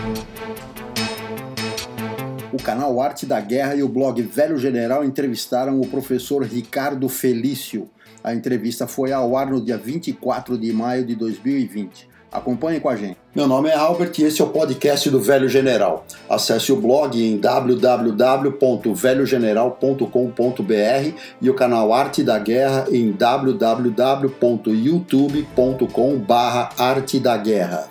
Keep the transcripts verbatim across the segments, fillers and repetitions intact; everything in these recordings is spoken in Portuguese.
O canal Arte da Guerra e o blog Velho General entrevistaram o professor Ricardo Felício. A entrevista foi ao ar no dia vinte e quatro de maio de dois mil e vinte. Acompanhe com a gente. Meu nome é Albert e esse é o podcast do Velho General. Acesse o blog em w w w ponto velho general ponto com ponto b r e o canal Arte da Guerra em w w w ponto youtube ponto com barra arte da guerra.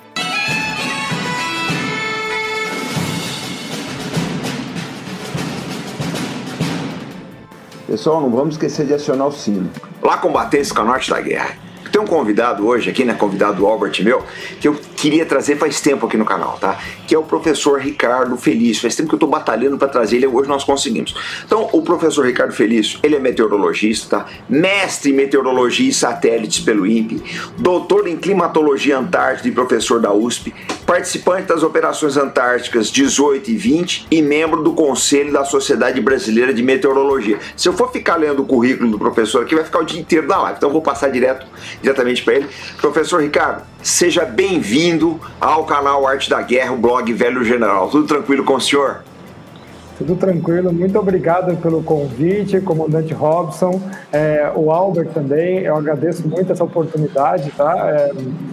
Pessoal, não vamos esquecer de acionar o sino. Lá combatentes com a Arte da Guerra. Tem um convidado hoje aqui, né, convidado Albert meu, que eu queria trazer faz tempo aqui no canal, tá? Que é o professor Ricardo Felício. Faz tempo que eu tô batalhando para trazer ele, hoje nós conseguimos. Então, o professor Ricardo Felício, ele é meteorologista, tá? Mestre em meteorologia e satélites pelo I N P E, doutor em climatologia antártica e professor da U S P, participante das operações antárticas dezoito e vinte e membro do Conselho da Sociedade Brasileira de Meteorologia. Se eu for ficar lendo o currículo do professor aqui, vai ficar o dia inteiro na live, então eu vou passar direto diretamente para ele. Professor Ricardo, seja bem-vindo ao canal Arte da Guerra, o blog Velho General. Tudo tranquilo com o senhor? Tudo tranquilo, muito obrigado pelo convite, comandante Robson, é, o Albert também, eu agradeço muito essa oportunidade, tá? É,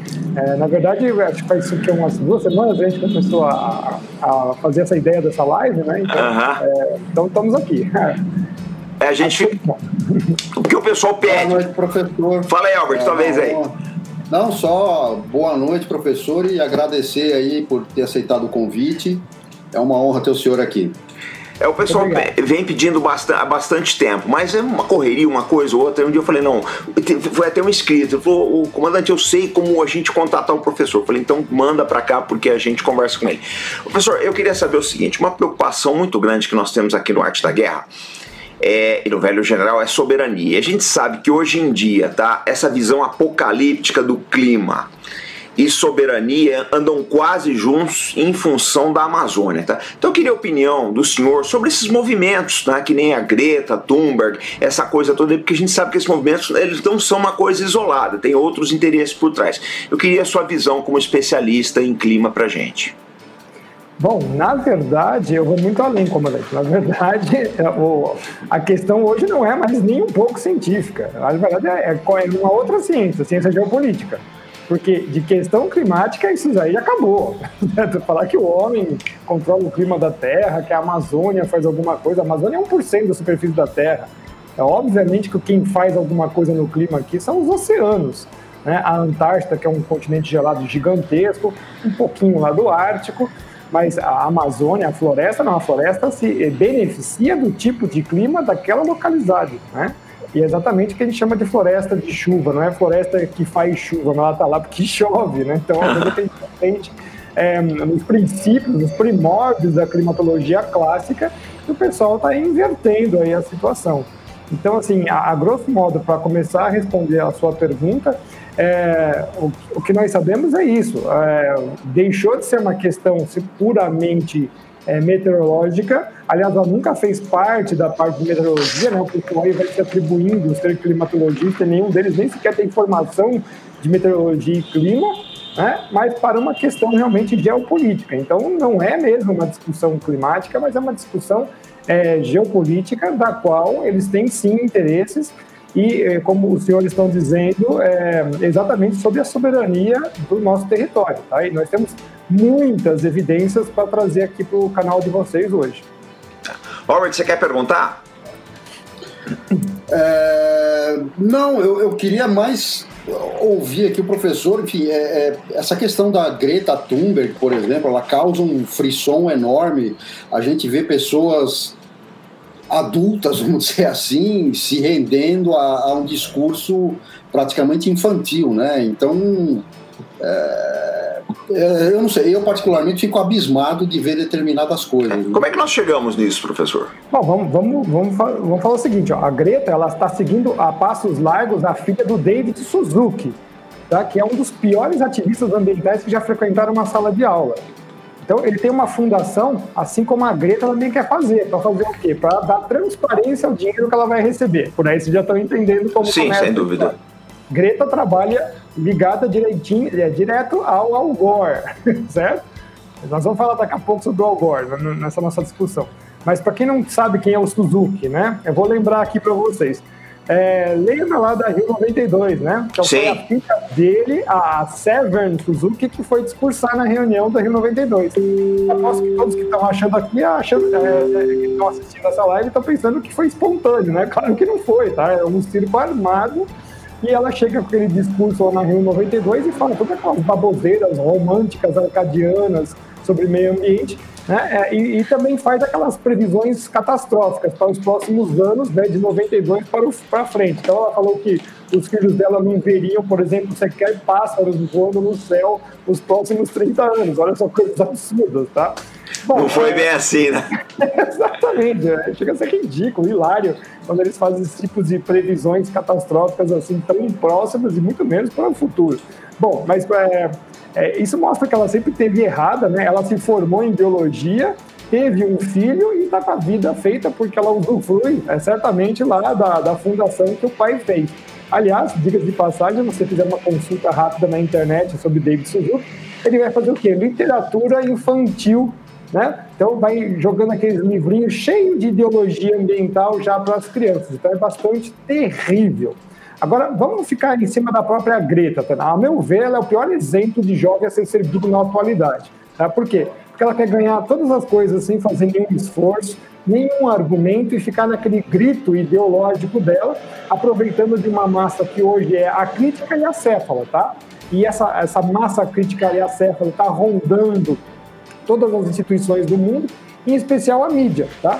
é, na verdade, acho que faz que umas duas semanas a gente começou a, a fazer essa ideia dessa live, né? Então, uh-huh. é, então estamos aqui. É, a gente fica... Porque o pessoal pede. Boa noite, professor. Fala aí, Albert, é, talvez aí. Não, só boa noite, professor, e agradecer aí por ter aceitado o convite. É uma honra ter o senhor aqui. É, o pessoal vem pedindo bastante, há bastante tempo, mas é uma correria, uma coisa ou outra. Um dia eu falei, não, foi até um inscrito. Ele falou, o comandante, eu sei como a gente contatar o professor. Eu falei, então manda pra cá porque a gente conversa com ele. Professor, eu queria saber o seguinte, uma preocupação muito grande que nós temos aqui no Arte da Guerra, É, e no Velho General é soberania. A gente sabe que hoje em dia, tá, essa visão apocalíptica do clima e soberania andam quase juntos em função da Amazônia, tá? Então eu queria a opinião do senhor sobre esses movimentos, tá? Que nem a Greta Thunberg, essa coisa toda, porque a gente sabe que esses movimentos eles não são uma coisa isolada, tem outros interesses por trás. Eu queria a sua visão como especialista em clima pra gente. Bom, na verdade, eu vou muito além, comandante. Na verdade, a questão hoje não é mais nem um pouco científica. Na verdade, é uma outra ciência, ciência geopolítica. Porque de questão climática, isso aí acabou. Falar que o homem controla o clima da Terra, que a Amazônia faz alguma coisa. A Amazônia é um por cento da superfície da Terra. É, obviamente que quem faz alguma coisa no clima aqui são os oceanos. Né? A Antártida, que é um continente gelado gigantesco, um pouquinho lá do Ártico. Mas a Amazônia, a floresta, não, a floresta se beneficia do tipo de clima daquela localidade, né? E é exatamente o que a gente chama de floresta de chuva, não é floresta que faz chuva, mas ela está lá porque chove, né? Então, a coisa que a gente aprende é, nos princípios, nos primórdios da climatologia clássica, que o pessoal está invertendo aí a situação. Então, assim, a, a grosso modo, para começar a responder a sua pergunta, É, o, o que nós sabemos é isso, é, deixou de ser uma questão puramente é, meteorológica, aliás, ela nunca fez parte da parte de meteorologia, né? O pessoal aí vai se atribuindo ser climatologista, nenhum deles nem sequer tem formação de meteorologia e clima, né? Mas para uma questão realmente geopolítica. Então não é mesmo uma discussão climática, mas é uma discussão é, geopolítica da qual eles têm sim interesses. E, como os senhores estão dizendo, é exatamente sobre a soberania do nosso território. Tá? E nós temos muitas evidências para trazer aqui para o canal de vocês hoje. Robert, você quer perguntar? É, não, eu, eu queria mais ouvir aqui o professor. Enfim, é, é, essa questão da Greta Thunberg, por exemplo, ela causa um frisson enorme. A gente vê pessoas adultas, vamos dizer assim, se rendendo a, a um discurso praticamente infantil, né? Então, é, é, eu não sei, eu particularmente fico abismado de ver determinadas coisas. Né? Como é que nós chegamos nisso, professor? Bom, vamos, vamos, vamos, vamos falar o seguinte, ó, a Greta, ela está seguindo a passos largos a filha do David Suzuki, tá? Que é um dos piores ativistas ambientais que já frequentaram uma sala de aula. Então, ele tem uma fundação, assim como a Greta também quer fazer. Para fazer o quê? Para dar transparência ao dinheiro que ela vai receber. Por aí vocês já estão entendendo como Sim, começa. sem dúvida. Greta trabalha ligada direitinho, é, direto ao Al Gore, certo? Nós vamos falar daqui a pouco sobre o Al Gore nessa nossa discussão. Mas para quem não sabe quem é o Suzuki, né? Eu vou lembrar aqui para vocês. É, lembra lá da Rio noventa e dois, né? Então foi a filha dele, a Severn Suzuki, que foi discursar na reunião da Rio noventa e dois. Aposto que todos que estão achando aqui, achando, é, que estão assistindo essa live, estão pensando que foi espontâneo, né? Claro que não foi, tá? É um circo armado. E ela chega com aquele discurso lá na Rio noventa e dois e fala todas aquelas baboseiras românticas, arcadianas sobre meio ambiente, né? E, e também faz aquelas previsões catastróficas para os próximos anos, né? De noventa e dois para frente. Então ela falou que os filhos dela não veriam, por exemplo, sequer pássaros voando no céu nos próximos trinta anos. Olha só, coisas absurdas, tá? Bom, não foi bem assim, né? Exatamente. Chega a ser ridículo, hilário, quando eles fazem esse tipo de previsões catastróficas assim, tão próximas e muito menos para o futuro. Bom, mas é, é, isso mostra que ela sempre esteve errada, né? Ela se formou em biologia, teve um filho e está com a vida feita porque ela usufrui, é, certamente, lá da, da fundação que o pai fez. Aliás, diga-se de passagem, se você fizer uma consulta rápida na internet sobre David Suzuki, ele vai fazer o quê? Literatura infantil, né? Então vai jogando aqueles livrinhos cheios de ideologia ambiental já para as crianças. Então é bastante terrível. Agora, vamos ficar em cima da própria Greta. Tá? A meu ver, ela é o pior exemplo de jovem a ser servido na atualidade. Tá? Por quê? Porque ela quer ganhar todas as coisas sem fazer nenhum esforço, nenhum argumento e ficar naquele grito ideológico dela, aproveitando de uma massa que hoje é a crítica e a acéfala, tá? E essa, essa massa crítica e acéfala está rondando todas as instituições do mundo, em especial a mídia, tá?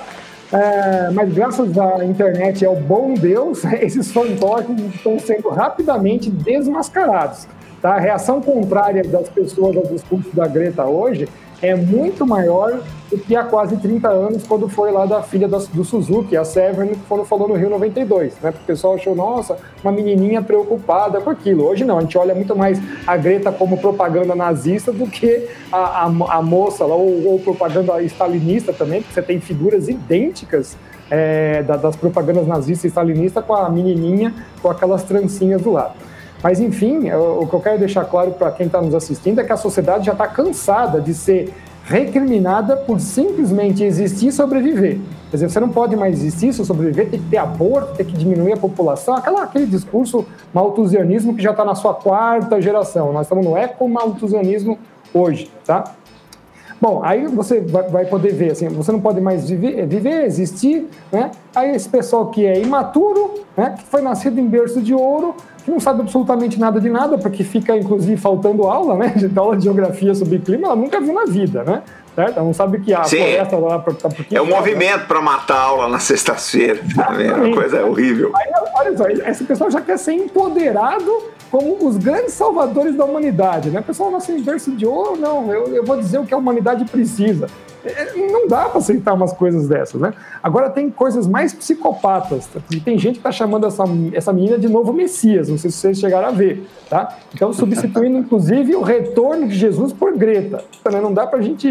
É, mas graças à internet e ao bom Deus, esses fantoches estão sendo rapidamente desmascarados, tá? A reação contrária das pessoas ao discurso da Greta hoje é muito maior do que há quase trinta anos, quando foi lá da filha do, do Suzuki, a Severn, que foram falou no Rio noventa e dois, né? O pessoal achou, nossa, uma menininha preocupada com aquilo. Hoje não, a gente olha muito mais a Greta como propaganda nazista do que a, a, a moça lá, ou, ou propaganda stalinista também, porque você tem figuras idênticas é, da, das propagandas nazistas e stalinistas com a menininha com aquelas trancinhas do lado. Mas, enfim, o que eu quero deixar claro para quem está nos assistindo é que a sociedade já está cansada de ser recriminada por simplesmente existir e sobreviver. Quer dizer, você não pode mais existir, se sobreviver, tem que ter aborto, tem que diminuir a população, aquela, aquele discurso malthusianismo que já está na sua quarta geração. Nós estamos no ecomalthusianismo hoje, tá? Bom, aí você vai poder ver, assim, você não pode mais viver, viver, existir, né? Aí esse pessoal que é imaturo, né, que foi nascido em berço de ouro, que não sabe absolutamente nada de nada, porque fica, inclusive, faltando aula, né? De aula de geografia sobre clima, ela nunca viu na vida, né? Certo? Ela não sabe que a Sim, floresta lá... Tá é um movimento né? para matar a aula na sexta-feira. É uma coisa horrível. Aí, olha só, esse pessoal já quer ser empoderado como os grandes salvadores da humanidade, né? O pessoal nasceu em berço de ouro, não, eu, eu vou dizer o que a humanidade precisa. Não dá para aceitar umas coisas dessas, né? Agora tem coisas mais psicopatas. E tem gente que está chamando essa, essa menina de novo Messias, não sei se vocês chegaram a ver, tá? Então substituindo inclusive o retorno de Jesus por Greta. Também não dá para a gente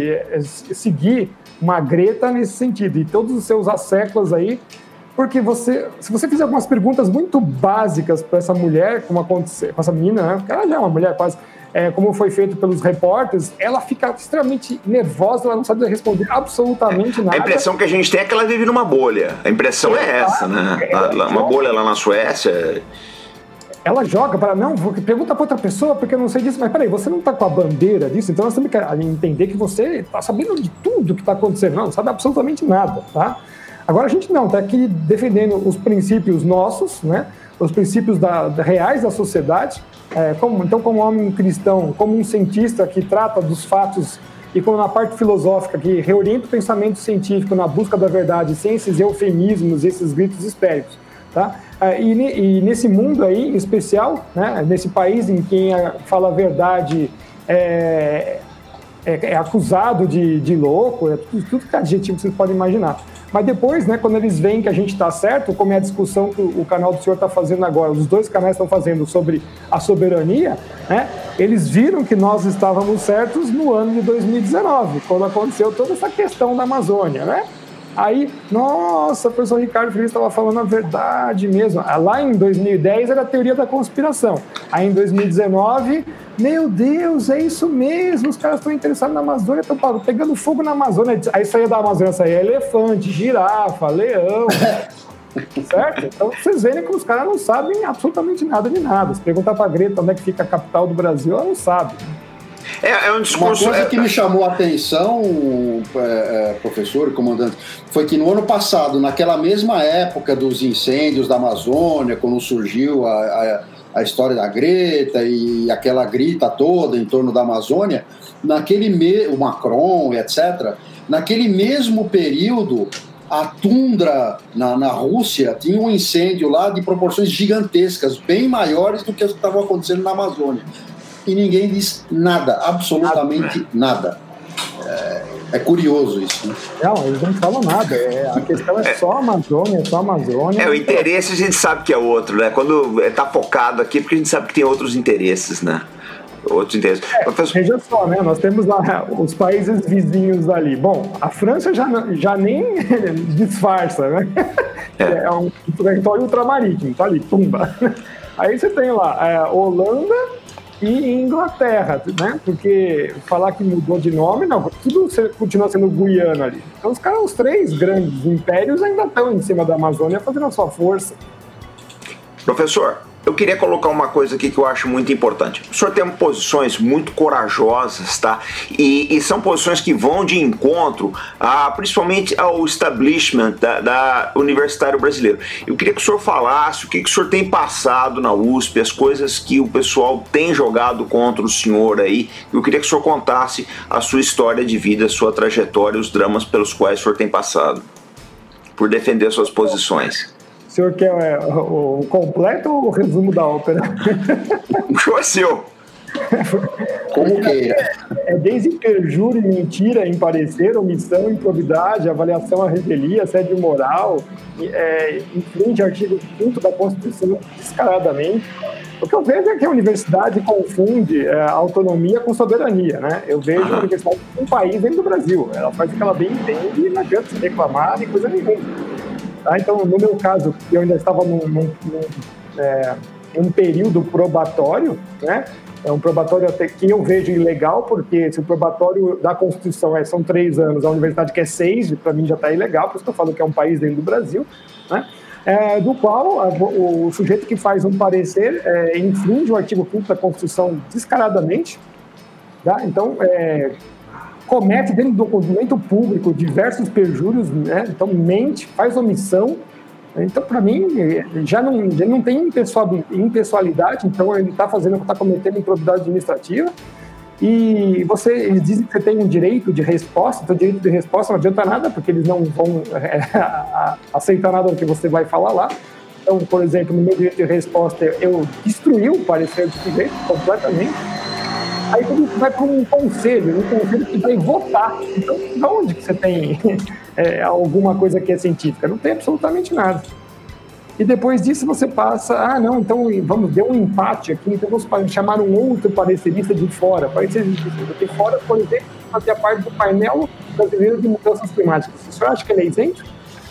seguir uma Greta nesse sentido. E todos os seus asseclas aí, porque você, se você fizer algumas perguntas muito básicas para essa mulher, como aconteceu com essa menina, né? Porque ela já é uma mulher quase... É, como foi feito pelos repórteres, ela fica extremamente nervosa, ela não sabe responder absolutamente nada. A impressão que a gente tem é que ela vive numa bolha. A impressão é, é essa, né? Ela, uma bolha lá na Suécia. Ela joga para, não, pergunta para outra pessoa, porque eu não sei disso, mas peraí, você não está com a bandeira disso? Então nós temos que entender que você está sabendo de tudo que está acontecendo. Não, não sabe absolutamente nada, tá? Agora a gente não, está aqui defendendo os princípios nossos, né? Os princípios da, da, reais da sociedade. É, como, então, como homem cristão, como um cientista que trata dos fatos e como na parte filosófica que reorienta o pensamento científico na busca da verdade sem esses eufemismos, esses gritos histéricos, tá? É, e, e nesse mundo aí, em especial, né, nesse país em que quem fala a verdade é, é, é acusado de, de louco, é tudo, tudo que é adjetivo que vocês podem imaginar. Mas depois, né, quando eles veem que a gente está certo, como é a discussão que o canal do senhor está fazendo agora, os dois canais estão fazendo sobre a soberania, né, eles viram que nós estávamos certos no ano de dois mil e dezenove, quando aconteceu toda essa questão da Amazônia, né? Aí, nossa, o professor Ricardo Feliz estava falando a verdade mesmo. Lá em dois mil e dez era a teoria da conspiração. Aí em dois mil e dezenove, meu Deus, é isso mesmo, os caras estão interessados na Amazônia, estão pegando fogo na Amazônia. Aí saía da Amazônia, saía elefante, girafa, leão, certo? Então vocês veem que os caras não sabem absolutamente nada de nada. Se perguntar para a Greta onde é que fica a capital do Brasil, ela não sabe. É, é um discurso... Uma coisa que me chamou a atenção, é, professor e comandante, foi que no ano passado, naquela mesma época dos incêndios da Amazônia, quando surgiu a, a, a história da Greta e aquela grita toda em torno da Amazônia, naquele me... o Macron, etcétera, naquele mesmo período, a tundra na, na Rússia tinha um incêndio lá de proporções gigantescas, bem maiores do que as que estavam acontecendo na Amazônia. E ninguém diz nada, absolutamente nada. É, é curioso isso, né? Não, eles não falam nada. É, a questão é, é só a Amazônia, é só a Amazônia. É, o interesse a gente sabe que é outro, né? Quando está focado aqui, porque a gente sabe que tem outros interesses, né? Outros interesses. É, Professor... Veja só, né? Nós temos lá os países vizinhos ali. Bom, a França já, já nem disfarça, né? É, é um território ultramarítimo, tá ali, pumba. Aí você tem lá é, Holanda e Inglaterra, né? Porque falar que mudou de nome, não, tudo continua sendo Guiana ali. Então os caras, os três grandes impérios ainda estão em cima da Amazônia fazendo a sua força. Professor, eu queria colocar uma coisa aqui que eu acho muito importante. O senhor tem posições muito corajosas, tá? E, e são posições que vão de encontro, a, principalmente ao establishment da, da Universitário Brasileiro. Eu queria que o senhor falasse o que, que o senhor tem passado na U S P, as coisas que o pessoal tem jogado contra o senhor aí. Eu queria que o senhor contasse a sua história de vida, a sua trajetória, os dramas pelos quais o senhor tem passado, por defender suas posições. O senhor quer é, o, o completo ou o resumo da ópera? O show é seu. Como queira. É, é desde perjúrio, mentira, imparecer, omissão, improbidade, avaliação à revelia, assédio moral, é, infringe artigo quinto da Constituição descaradamente. O que eu vejo é que a universidade confunde é, autonomia com soberania, né? Eu vejo a universidade como um país dentro do Brasil. Ela faz o que ela bem entende e não adianta se reclamar de coisa nenhuma. Tá, então, no meu caso, eu ainda estava num, num, num, é, num período probatório, né? É um probatório até que eu vejo ilegal, porque se o probatório da Constituição é, são três anos, a universidade quer seis, para mim já está ilegal, por isso que eu falo que é um país dentro do Brasil, né? É, do qual a, o, o sujeito que faz um parecer é, infringe o artigo quinto da Constituição descaradamente, tá? Então, é, comete dentro do documento público diversos perjúrios, né? Então mente, faz omissão. Então, para mim, já não, já não tem impessoalidade, então ele está fazendo, está cometendo improbidade administrativa. E você, eles dizem que você tem um direito de resposta, então direito de resposta não adianta nada, porque eles não vão é, aceitar nada do que você vai falar lá. Então, por exemplo, no meu direito de resposta, eu destruí o parecer do sujeito completamente. Aí tudo vai para um conselho, um conselho que vai votar. Então, de onde que você tem é, alguma coisa que é científica? Não tem absolutamente nada. E depois disso você passa, ah, não, então vamos, deu um empate aqui, então vamos chamar um outro parecerista de fora. Parecerista de fora, por exemplo, fazia parte do painel brasileiro de mudanças climáticas. O senhor acha que ele é isento?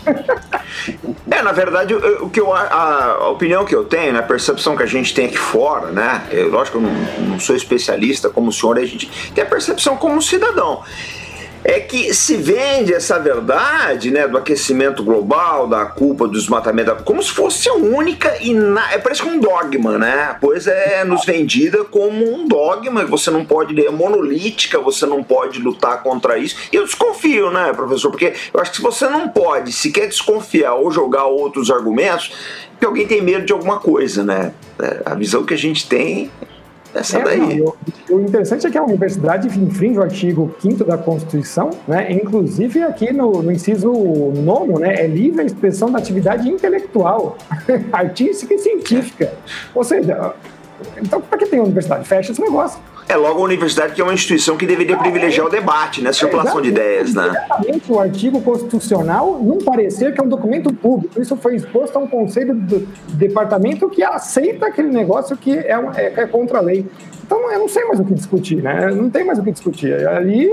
É, na verdade, o que eu, a, a opinião que eu tenho, né, a percepção que a gente tem aqui fora, né, eu, lógico que eu não, não sou especialista como o senhor, a gente tem a percepção como cidadão, é que se vende essa verdade, né, do aquecimento global, da culpa do desmatamento, como se fosse a única e na, é, parece um dogma, né? Pois é nos vendida como um dogma, você não pode ler, é monolítica, você não pode lutar contra isso. E eu desconfio, né, professor? Porque eu acho que se você não pode sequer desconfiar ou jogar outros argumentos, que alguém tem medo de alguma coisa, né? A visão que a gente tem essa é, daí. Não, o, o interessante é que a universidade infringe o artigo quinto da Constituição, né? Inclusive aqui no, no inciso nono, né? É livre a expressão da atividade intelectual, artística e científica. Ou seja, então para que tem a universidade? Fecha esse negócio. É logo a universidade que é uma instituição que deveria privilegiar o debate, né? A circulação é, de ideias, né? Exatamente o artigo constitucional num parecer que é um documento público. Isso foi exposto a um conselho do departamento que aceita aquele negócio que é, é, é contra a lei. Então eu não sei mais o que discutir, né? Não tem mais o que discutir. Ali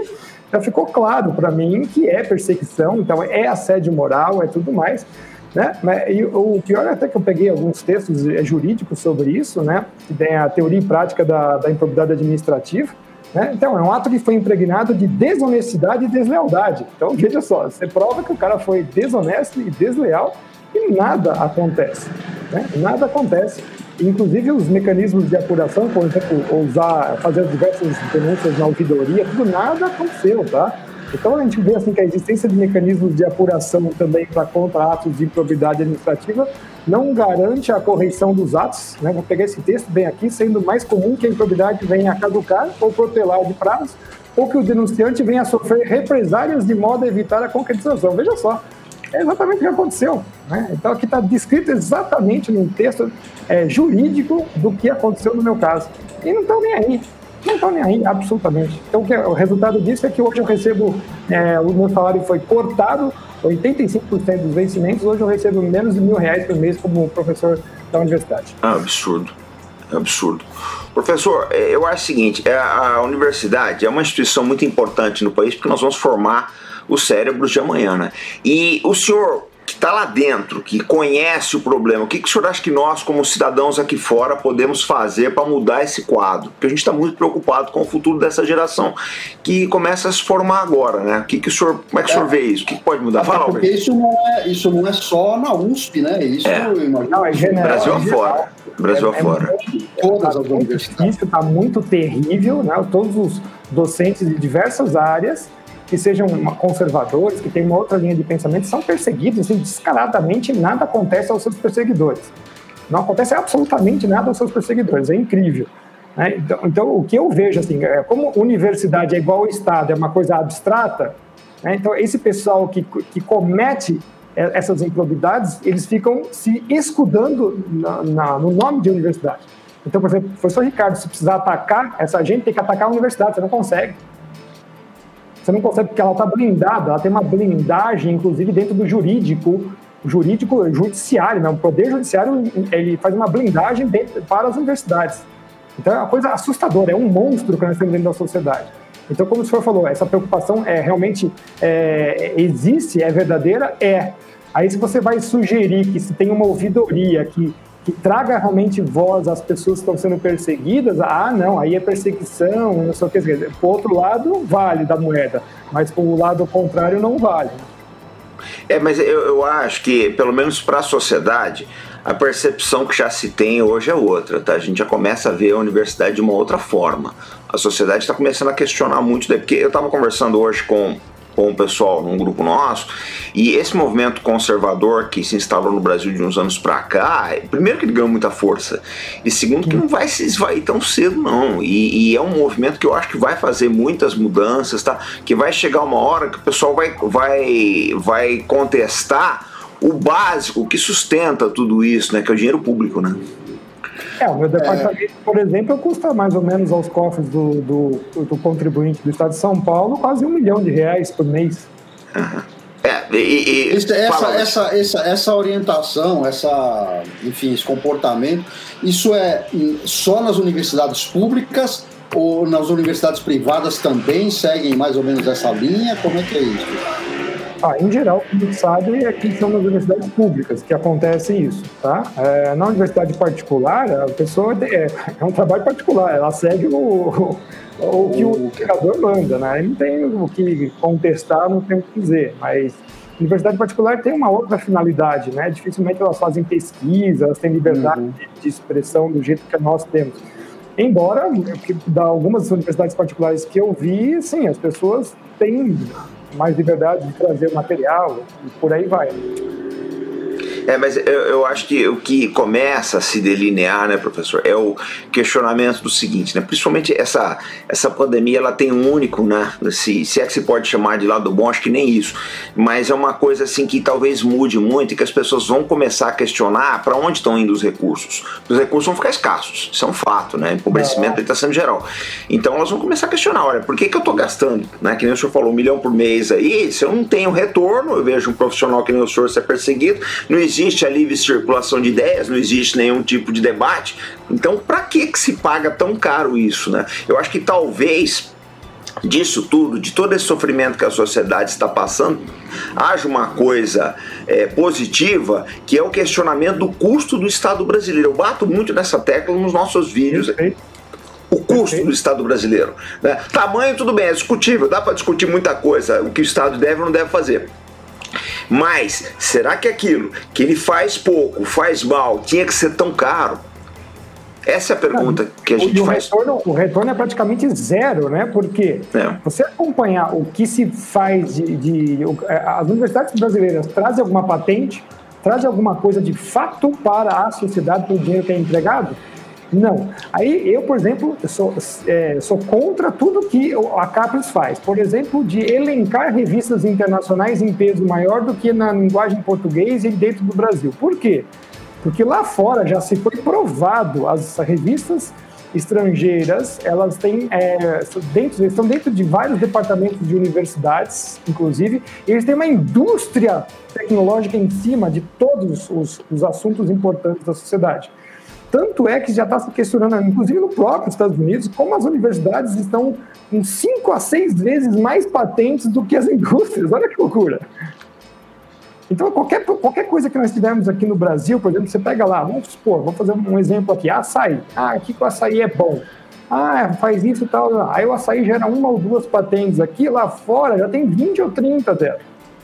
já ficou claro para mim que é perseguição, então é assédio moral, é tudo mais. Né? E o pior é até que eu peguei alguns textos jurídicos sobre isso, né? Que tem a teoria e prática da, da improbidade administrativa. Né? Então, é um ato que foi impregnado de desonestidade e deslealdade. Então, veja só, você prova que o cara foi desonesto e desleal e nada acontece. Né? Nada acontece. Inclusive, os mecanismos de apuração, por exemplo, usar, fazer diversas denúncias na ouvidoria, tudo nada aconteceu, tá? Então, a gente vê assim, que a existência de mecanismos de apuração também para contra atos de improbidade administrativa não garante a correição dos atos. Né? Vou pegar esse texto bem aqui, sendo mais comum que a improbidade venha a caducar ou protelar de prazos, ou que o denunciante venha a sofrer represálias de modo a evitar a concretização. Veja só, é exatamente o que aconteceu. Né? Então, aqui está descrito exatamente num texto é, jurídico do que aconteceu no meu caso. E não estão nem aí. Não estão nem aí, absolutamente. Então, o resultado disso é que hoje eu recebo, é, o meu salário foi cortado, oitenta e cinco por cento dos vencimentos, hoje eu recebo menos de mil reais por mês como professor da universidade. É um absurdo, é um absurdo. Professor, eu acho o seguinte, a universidade é uma instituição muito importante no país porque nós vamos formar os cérebros de amanhã, né? E o senhor que está lá dentro, que conhece o problema, o que, que o senhor acha que nós, como cidadãos aqui fora, podemos fazer para mudar esse quadro? Porque a gente está muito preocupado com o futuro dessa geração que começa a se formar agora, né? O que, que o senhor, como é que o senhor vê isso? O que, que pode mudar? Fala, porque isso não, é, isso não é só na U S P, né? Isso é. eu imagino. Não, é general, Brasil afora. Geral, Brasil é, afora. É Todas as universidades. Isso está muito terrível, né? Todos os docentes de diversas áreas que sejam conservadores, que têm uma outra linha de pensamento, são perseguidos assim, descaradamente, nada acontece aos seus perseguidores. Não acontece absolutamente nada aos seus perseguidores, é incrível. Né? Então, então, o que eu vejo, assim, é, como universidade é igual ao Estado, é uma coisa abstrata, né? Então esse pessoal que, que comete essas improbidades, eles ficam se escudando na, na, no nome de universidade. Então, por exemplo, o professor Ricardo, se precisar atacar essa gente, tem que atacar a universidade, você não consegue. Você não consegue porque ela está blindada, ela tem uma blindagem, inclusive, dentro do jurídico, o jurídico judiciário, né? O poder judiciário, ele faz uma blindagem dentro, para as universidades. Então é uma coisa assustadora, é um monstro que nós temos dentro da sociedade. Então, como o senhor falou, essa preocupação é realmente é, existe, é verdadeira? É. Aí se você vai sugerir que se tem uma ouvidoria que que traga realmente voz às pessoas que estão sendo perseguidas, ah, não, aí é perseguição, não sei o que. Por outro lado, vale da moeda, mas por lado contrário, não vale. É, mas eu, eu acho que, pelo menos para a sociedade, a percepção que já se tem hoje é outra, tá? A gente já começa a ver a universidade de uma outra forma. A sociedade está começando a questionar muito, porque eu estava conversando hoje com com o pessoal num grupo nosso, e esse movimento conservador que se instalou no Brasil de uns anos para cá, primeiro que ele ganhou muita força, e segundo que não vai se esvair tão cedo não, e, e é um movimento que eu acho que vai fazer muitas mudanças, tá? Que vai chegar uma hora que o pessoal vai, vai, vai contestar o básico que sustenta tudo isso, né? Que é o dinheiro público, né? É, o meu departamento, é. por exemplo, custa mais ou menos aos cofres do, do, do contribuinte do Estado de São Paulo quase um milhão de reais por mês. Uhum. É, e, e, essa, essa, essa, essa, essa orientação, essa, enfim, esse comportamento, isso é só nas universidades públicas ou nas universidades privadas também seguem mais ou menos essa linha? Como é que é isso? Ah, em geral, como você sabe, aqui são nas universidades públicas que acontece isso, tá? É, na universidade particular, a pessoa é, é um trabalho particular, ela segue o, o, o que o educador manda, né? Não tem o que contestar, não tem o que dizer, mas a universidade particular tem uma outra finalidade, né? Dificilmente elas fazem pesquisa, elas têm liberdade uhum. de, de expressão do jeito que nós temos. Embora, que, da algumas universidades particulares que eu vi, sim, as pessoas têm mais liberdade de trazer material e por aí vai. É, mas eu, eu acho que o que começa a se delinear, né, professor, é o questionamento do seguinte, né, principalmente essa, essa pandemia, ela tem um único, né, se, se é que se pode chamar de lado bom, acho que nem isso, mas é uma coisa assim que talvez mude muito e que as pessoas vão começar a questionar para onde estão indo os recursos. Os recursos vão ficar escassos, isso é um fato, né, empobrecimento está sendo geral. Então elas vão começar a questionar, olha, por que que eu estou gastando, né, que nem o senhor falou, um milhão por mês aí, se eu não tenho retorno, eu vejo um profissional que nem o senhor ser perseguido, não existe existe a livre circulação de ideias, não existe nenhum tipo de debate, então para que que se paga tão caro isso, né? Eu acho que talvez disso tudo, de todo esse sofrimento que a sociedade está passando, haja uma coisa é, positiva, que é o questionamento do custo do Estado brasileiro. Eu bato muito nessa tecla nos nossos vídeos aqui. O custo do Estado brasileiro, né? Tamanho, tudo bem, é discutível, dá para discutir muita coisa, o que o Estado deve ou não deve fazer. Mas, será que aquilo que ele faz pouco, faz mal, tinha que ser tão caro? Essa é a pergunta que a gente o faz. Retorno, o retorno é praticamente zero, né? Porque é. você acompanhar o que se faz de, de... As universidades brasileiras trazem alguma patente, trazem alguma coisa de fato para a sociedade pelo dinheiro que é empregado? Não. Aí eu, por exemplo, sou, é, sou contra tudo que a CAPES faz. Por exemplo, de elencar revistas internacionais em peso maior do que na linguagem portuguesa e dentro do Brasil. Por quê? Porque lá fora já se foi provado, as revistas estrangeiras, elas têm, é, dentro, estão dentro de vários departamentos de universidades, inclusive, e eles têm uma indústria tecnológica em cima de todos os, os assuntos importantes da sociedade. Tanto é que já está se questionando, inclusive no próprio Estados Unidos, como as universidades estão com cinco a seis vezes mais patentes do que as indústrias. Olha que loucura! Então, qualquer, qualquer coisa que nós tivermos aqui no Brasil, por exemplo, você pega lá, vamos supor, vamos fazer um exemplo aqui, açaí. Ah, aqui que o açaí é bom. Ah, faz isso e tal. Aí o açaí gera uma ou duas patentes aqui, lá fora já tem vinte ou trinta dela.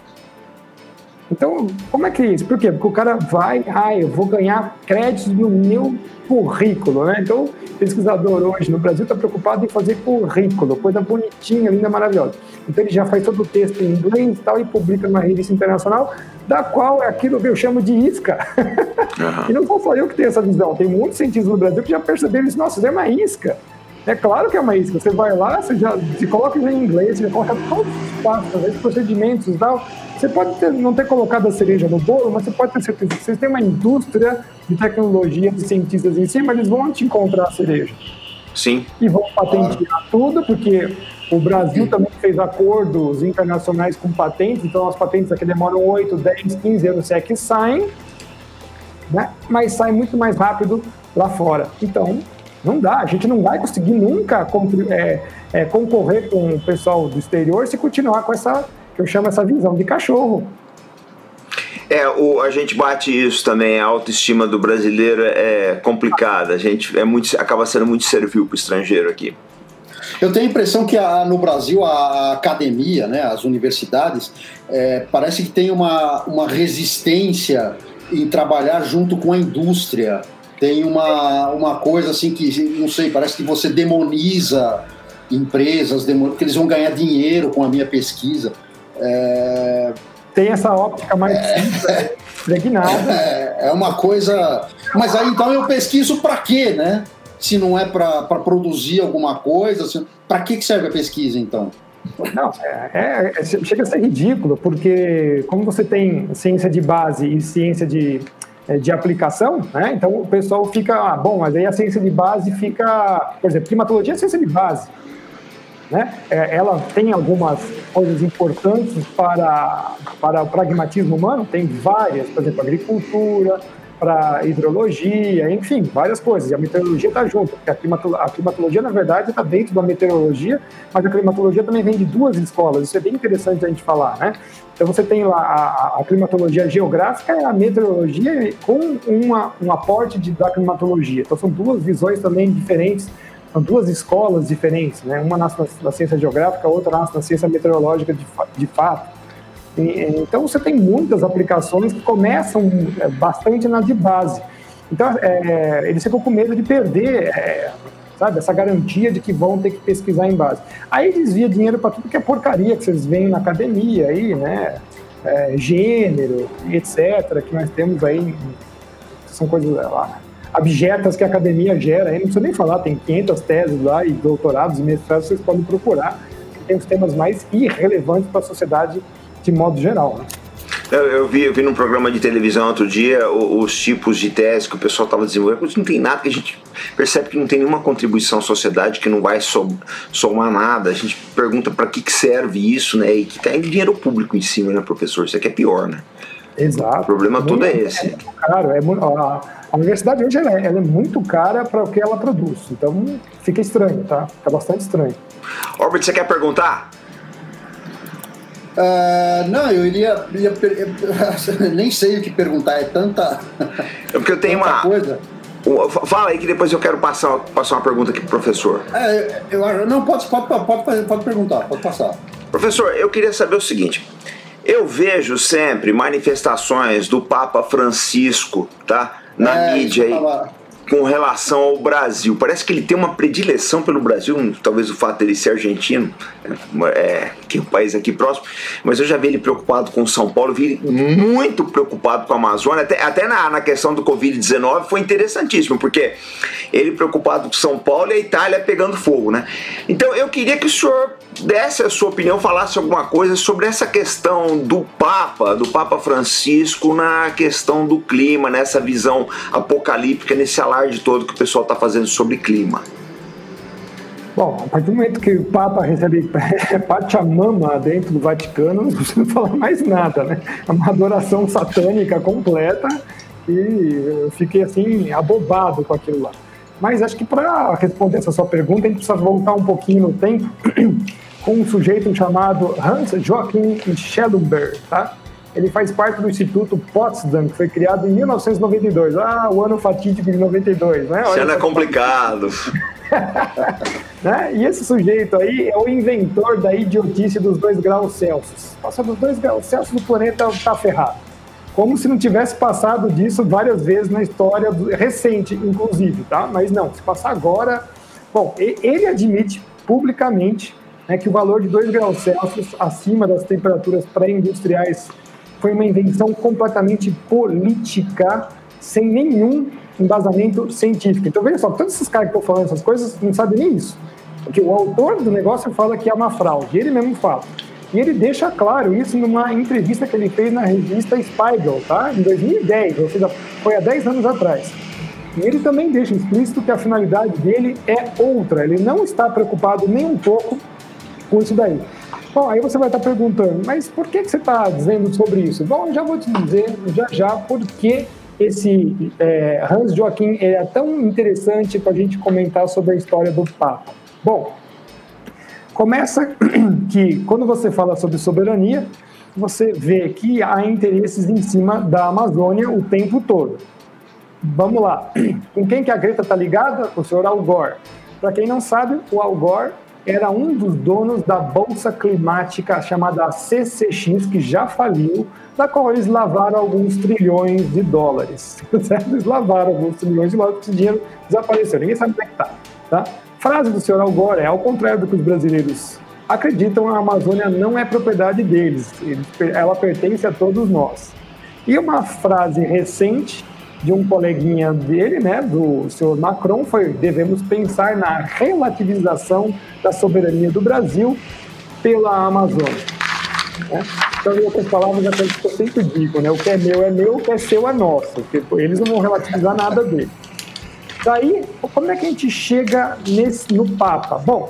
Então, como é que é isso? Por quê? Porque o cara vai, ah, eu vou ganhar créditos no meu currículo, né? Então, o pesquisador hoje no Brasil está preocupado em fazer currículo, coisa bonitinha, linda, maravilhosa. Então, ele já faz todo o texto em inglês e tal e publica numa revista internacional, da qual é aquilo que eu chamo de isca. Uhum. E não sou só eu que tenho essa visão, tem muitos cientistas no Brasil que já perceberam isso. Nossa, isso é uma isca. É claro que é uma isca. Você vai lá, você já se coloca em inglês, você já coloca todos os passos, os procedimentos e tal. Você pode ter, não ter colocado a cereja no bolo, mas você pode ter certeza que vocês têm uma indústria de tecnologia, de cientistas em cima, eles vão te encontrar a cereja. Sim. E vão patentear tudo, porque o Brasil também fez acordos internacionais com patentes, então as patentes aqui demoram oito, dez, quinze anos, se é que saem, né? Mas saem muito mais rápido lá fora. Então, não dá, a gente não vai conseguir nunca é, é, concorrer com o pessoal do exterior se continuar com essa, que eu chamo essa visão de cachorro. É, o, a gente bate isso também, a autoestima do brasileiro é complicada, a gente é muito, acaba sendo muito servil para o estrangeiro aqui. Eu tenho a impressão que a, no Brasil a academia, né, as universidades, é, parece que tem uma, uma resistência em trabalhar junto com a indústria. Tem uma, uma coisa assim que, não sei, parece que você demoniza empresas, demoniza, que eles vão ganhar dinheiro com a minha pesquisa. É... Tem essa óptica mais é, impregnada. É, é uma coisa... Mas aí então eu pesquiso para quê, né? Se não é para produzir alguma coisa, se... para que serve a pesquisa então? Não, é, é, chega a ser ridículo, porque como você tem ciência de base e ciência de... de aplicação, né? Então o pessoal fica, ah, bom, mas aí a ciência de base fica, por exemplo, climatologia é ciência de base, né? É, ela tem algumas coisas importantes para, para o pragmatismo humano, tem várias, por exemplo, agricultura, para hidrologia, enfim, várias coisas, e a meteorologia está junto, porque a climatologia, a climatologia, na verdade, está dentro da meteorologia, mas a climatologia também vem de duas escolas, isso é bem interessante a gente falar, né? Então você tem lá a, a climatologia geográfica e a meteorologia com uma, um aporte de, da climatologia. Então são duas visões também diferentes, são duas escolas diferentes, né? Uma nasce na, na ciência geográfica, a outra nasce na ciência meteorológica de, de fato. E, então você tem muitas aplicações que começam bastante na de base. Então é, eles ficam com medo de perder... É, sabe, essa garantia de que vão ter que pesquisar em base. Aí desvia dinheiro para tudo que é porcaria que vocês veem na academia aí, né? É, gênero, etcétera, que nós temos aí, são coisas lá, abjetas que a academia gera, aí não precisa nem falar, tem quinhentas teses lá e doutorados e mestrados, vocês podem procurar, tem os temas mais irrelevantes para a sociedade de modo geral, né? Eu, eu, vi, eu vi num programa de televisão outro dia os, os tipos de tese que o pessoal estava desenvolvendo. Não tem nada, que a gente percebe que não tem nenhuma contribuição à sociedade, que não vai som, somar nada. A gente pergunta para que, que serve isso, né? E que tem dinheiro público em cima, né, professor? Isso aqui é pior, né? Exato. O problema muito, todo é esse. É muito caro. É, a, a universidade hoje ela é, ela é muito cara para o que ela produz. Então fica estranho, tá? Fica bastante estranho. Orbit, você quer perguntar? Uh, não, eu iria, iria eu nem sei o que perguntar, é tanta, é porque eu tenho uma coisa. Fala aí que depois eu quero passar, passar uma pergunta aqui pro professor. É, eu, não, pode, pode, pode, pode perguntar, pode passar. Professor, eu queria saber o seguinte. Eu vejo sempre manifestações do Papa Francisco, tá? Na é, mídia aí. Tava... com relação ao Brasil. Parece que ele tem uma predileção pelo Brasil, talvez o fato dele ser argentino, é, que é um país aqui próximo, mas eu já vi ele preocupado com São Paulo, vi ele muito preocupado com a Amazônia, até, até na, na questão do covid dezenove foi interessantíssimo, porque ele preocupado com São Paulo e a Itália pegando fogo, né? Então eu queria que o senhor desse a sua opinião, falasse alguma coisa sobre essa questão do Papa, do Papa Francisco na questão do clima, nessa visão apocalíptica, nesse alarde todo que o pessoal está fazendo sobre clima. Bom, a partir do momento que o Papa recebe Pachamama dentro do Vaticano, não precisa falar mais nada, né? É uma adoração satânica completa e eu fiquei assim, abobado com aquilo lá. Mas acho que para responder essa sua pergunta, a gente precisa voltar um pouquinho no tempo com um sujeito chamado Hans Joachim Schellenberg, tá? Ele faz parte do Instituto Potsdam, que foi criado em mil novecentos e noventa e dois. Ah, o ano fatídico de noventa e dois, né? Isso é complicado. Né? E esse sujeito aí é o inventor da idiotice dos dois graus Celsius. Passando dos dois graus Celsius, o planeta está ferrado. Como se não tivesse passado disso várias vezes na história do, recente, inclusive, tá? Mas não, se passar agora... Bom, ele admite publicamente, né, que o valor de dois graus Celsius acima das temperaturas pré-industriais foi uma invenção completamente política, sem nenhum embasamento científico. Então, veja só, todos esses caras que estão falando essas coisas não sabem nem isso. Porque o autor do negócio fala que é uma fraude, ele mesmo fala. E ele deixa claro isso numa entrevista que ele fez na revista Spiegel, tá? Em dois mil e dez, ou seja, foi há dez anos atrás. E ele também deixa explícito que a finalidade dele é outra, ele não está preocupado nem um pouco com isso daí. Bom, aí você vai estar perguntando, mas por que, que você está dizendo sobre isso? Bom, eu já vou te dizer já já por que esse é, Hans Joachim é tão interessante para a gente comentar sobre a história do Papa. Bom, começa que quando você fala sobre soberania, você vê que há interesses em cima da Amazônia o tempo todo. Vamos lá. Com quem que a Greta está ligada? O senhor Al Gore. Para quem não sabe, o Al Gore era um dos donos da bolsa climática chamada C C X, que já faliu, da qual eles lavaram alguns trilhões de dólares. Eles lavaram alguns trilhões de dólares, porque esse dinheiro desapareceu. Ninguém sabe onde é que está. Tá? Frase do senhor Al Gore é, ao contrário do que os brasileiros acreditam, a Amazônia não é propriedade deles, ela pertence a todos nós. E uma frase recente de um coleguinha dele, né, do senhor Macron, foi: devemos pensar na relativização da soberania do Brasil pela Amazônia. Né? Então, em outras palavras, é aquilo que eu sempre digo, né, o que é meu é meu, o que é seu é nosso, porque eles não vão relativizar nada dele. Daí, como é que a gente chega nesse, no Papa? Bom,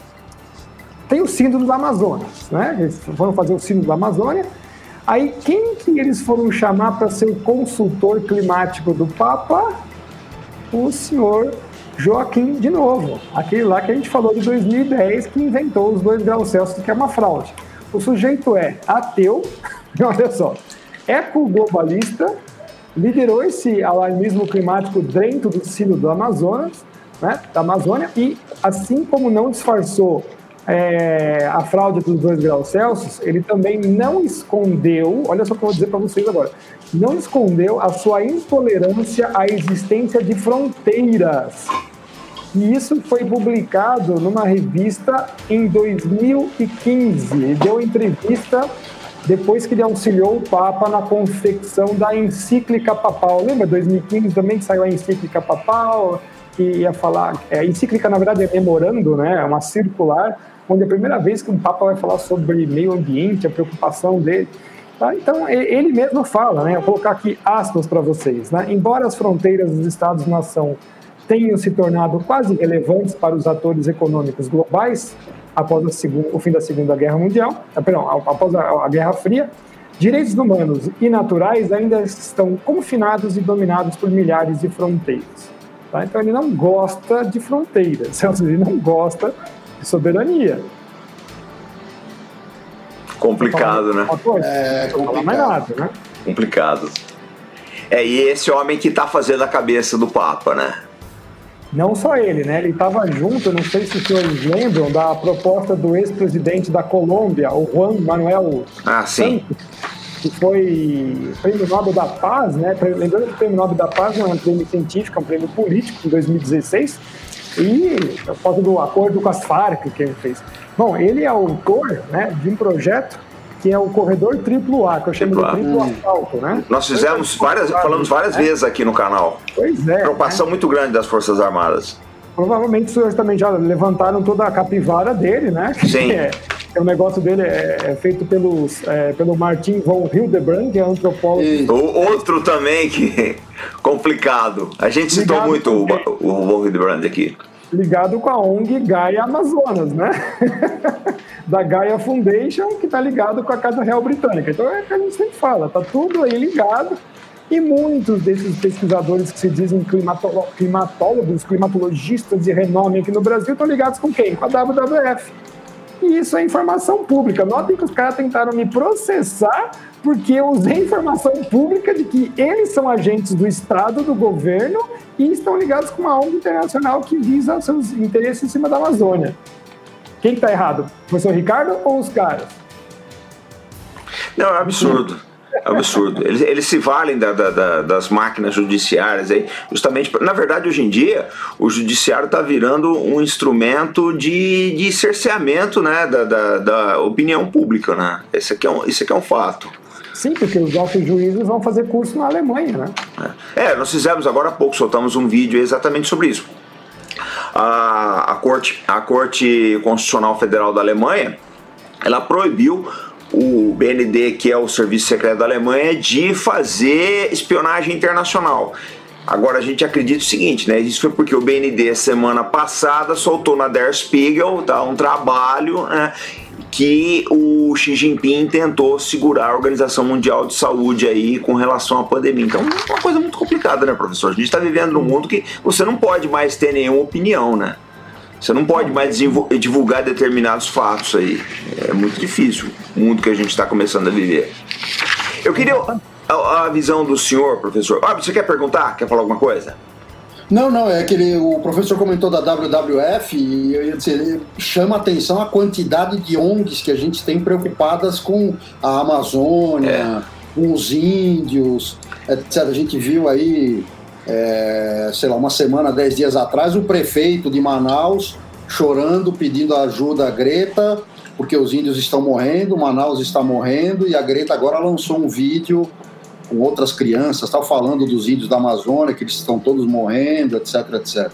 tem o sínodo do Amazonas, né? Eles foram fazer o sínodo da Amazônia. Aí, quem que eles foram chamar para ser o consultor climático do Papa? O senhor Joachim, de novo. Aquele lá que a gente falou de dois mil e dez, que inventou os dois graus Celsius, que é uma fraude. O sujeito é ateu, olha só, ecoglobalista, liderou esse alarmismo climático dentro do sínodo do Amazonas, né, da Amazônia, e assim como não disfarçou É, a fraude dos dois graus Celsius, ele também não escondeu, olha só o que eu vou dizer para vocês agora, não escondeu a sua intolerância à existência de fronteiras. E isso foi publicado numa revista em dois mil e quinze. Ele deu entrevista depois que ele auxiliou o Papa na confecção da encíclica papal. Lembra, dois mil e quinze também que saiu a encíclica papal, que ia falar... É, a encíclica, na verdade, é memorando, né? É uma circular, onde é a primeira vez que um Papa vai falar sobre meio ambiente, a preocupação dele. Tá? Então, ele mesmo fala, né? Eu vou colocar aqui aspas para vocês. Né? Embora as fronteiras dos Estados-nação tenham se tornado quase relevantes para os atores econômicos globais após a segunda, o fim da Segunda Guerra Mundial, ah, perdão, após a, a Guerra Fria, Direitos humanos e naturais ainda estão confinados e dominados por milhares de fronteiras. Tá? Então ele não gosta de fronteiras, ele não gosta de soberania. Complicado, né? É, não fala mais nada, né? Complicado. É, e esse homem que está fazendo a cabeça do Papa, né? Não só ele, né? Ele estava junto, não sei se os senhores lembram, da proposta do ex-presidente da Colômbia, o Juan Manuel ah, sim. Santos, que foi Prêmio Nobel da Paz, né? Lembrando que o Prêmio Nobel da Paz não é um prêmio científico, é um prêmio político, em dois mil e dezesseis, e por causa do acordo com as Farc que ele fez. Bom, ele é autor, né, de um projeto que é o Corredor Triplo A, que eu chamo de Triplo Asfalto, né? Nós fizemos várias, falamos várias vezes aqui no canal. Pois é. Preocupação né? muito grande das Forças Armadas. Provavelmente os senhores também já levantaram toda a capivara dele, né? Sim. É, o negócio dele é, é feito pelos, é, pelo Martin von Hildebrand, que é antropólogo. E... O outro também que complicado. A gente citou ligado muito o, o von Hildebrand aqui. Ligado com a O N G Gaia Amazonas, né? Da Gaia Foundation, que está ligado com a Casa Real Britânica. Então é o que a gente sempre fala, tá tudo aí ligado. E muitos desses pesquisadores que se dizem climatolo- climatólogos, climatologistas de renome aqui no Brasil, estão ligados com quem? Com a W W F. E isso é informação pública. Notem que os caras tentaram me processar porque eu usei informação pública de que eles são agentes do Estado, do governo, e estão ligados com uma O N G internacional que visa seus interesses em cima da Amazônia. Quem está errado? O professor Ricardo ou os caras? Não, é absurdo. É absurdo. Eles, eles se valem da, da, da, das máquinas judiciárias aí, justamente. Na verdade, hoje em dia, o judiciário está virando um instrumento de, de cerceamento, né, da, da, da opinião pública, né? Esse aqui é um, esse aqui é um fato. Sim, porque os nossos juízes vão fazer curso na Alemanha, né? É, nós fizemos agora há pouco, soltamos um vídeo exatamente sobre isso. A, a, Corte, a Corte Constitucional Federal da Alemanha, ela proibiu o B N D, que é o Serviço Secreto da Alemanha, de fazer espionagem internacional. Agora a gente acredita o seguinte, né? Isso foi porque o B N D semana passada soltou na Der Spiegel, tá, um trabalho, né, que o Xi Jinping tentou segurar a Organização Mundial de Saúde aí com relação à pandemia. Então é uma coisa muito complicada, né, professor? A gente está vivendo num mundo que você não pode mais ter nenhuma opinião, né? Você não pode mais divulgar determinados fatos aí. É muito difícil o mundo que a gente está começando a viver. Eu queria a, a visão do senhor, professor. Ah, você quer perguntar? Quer falar alguma coisa? Não, não, é que ele, o professor comentou da W W F e eu ia dizer, ele chama a atenção a quantidade de O N Gs que a gente tem preocupadas com a Amazônia, é. com os índios, etcétera. A gente viu aí, é, sei lá, uma semana, dez dias atrás, o prefeito de Manaus chorando, pedindo ajuda à Greta, porque os índios estão morrendo, Manaus está morrendo, e a Greta agora lançou um vídeo com outras crianças, tá falando dos índios da Amazônia, que eles estão todos morrendo, etc, etcétera.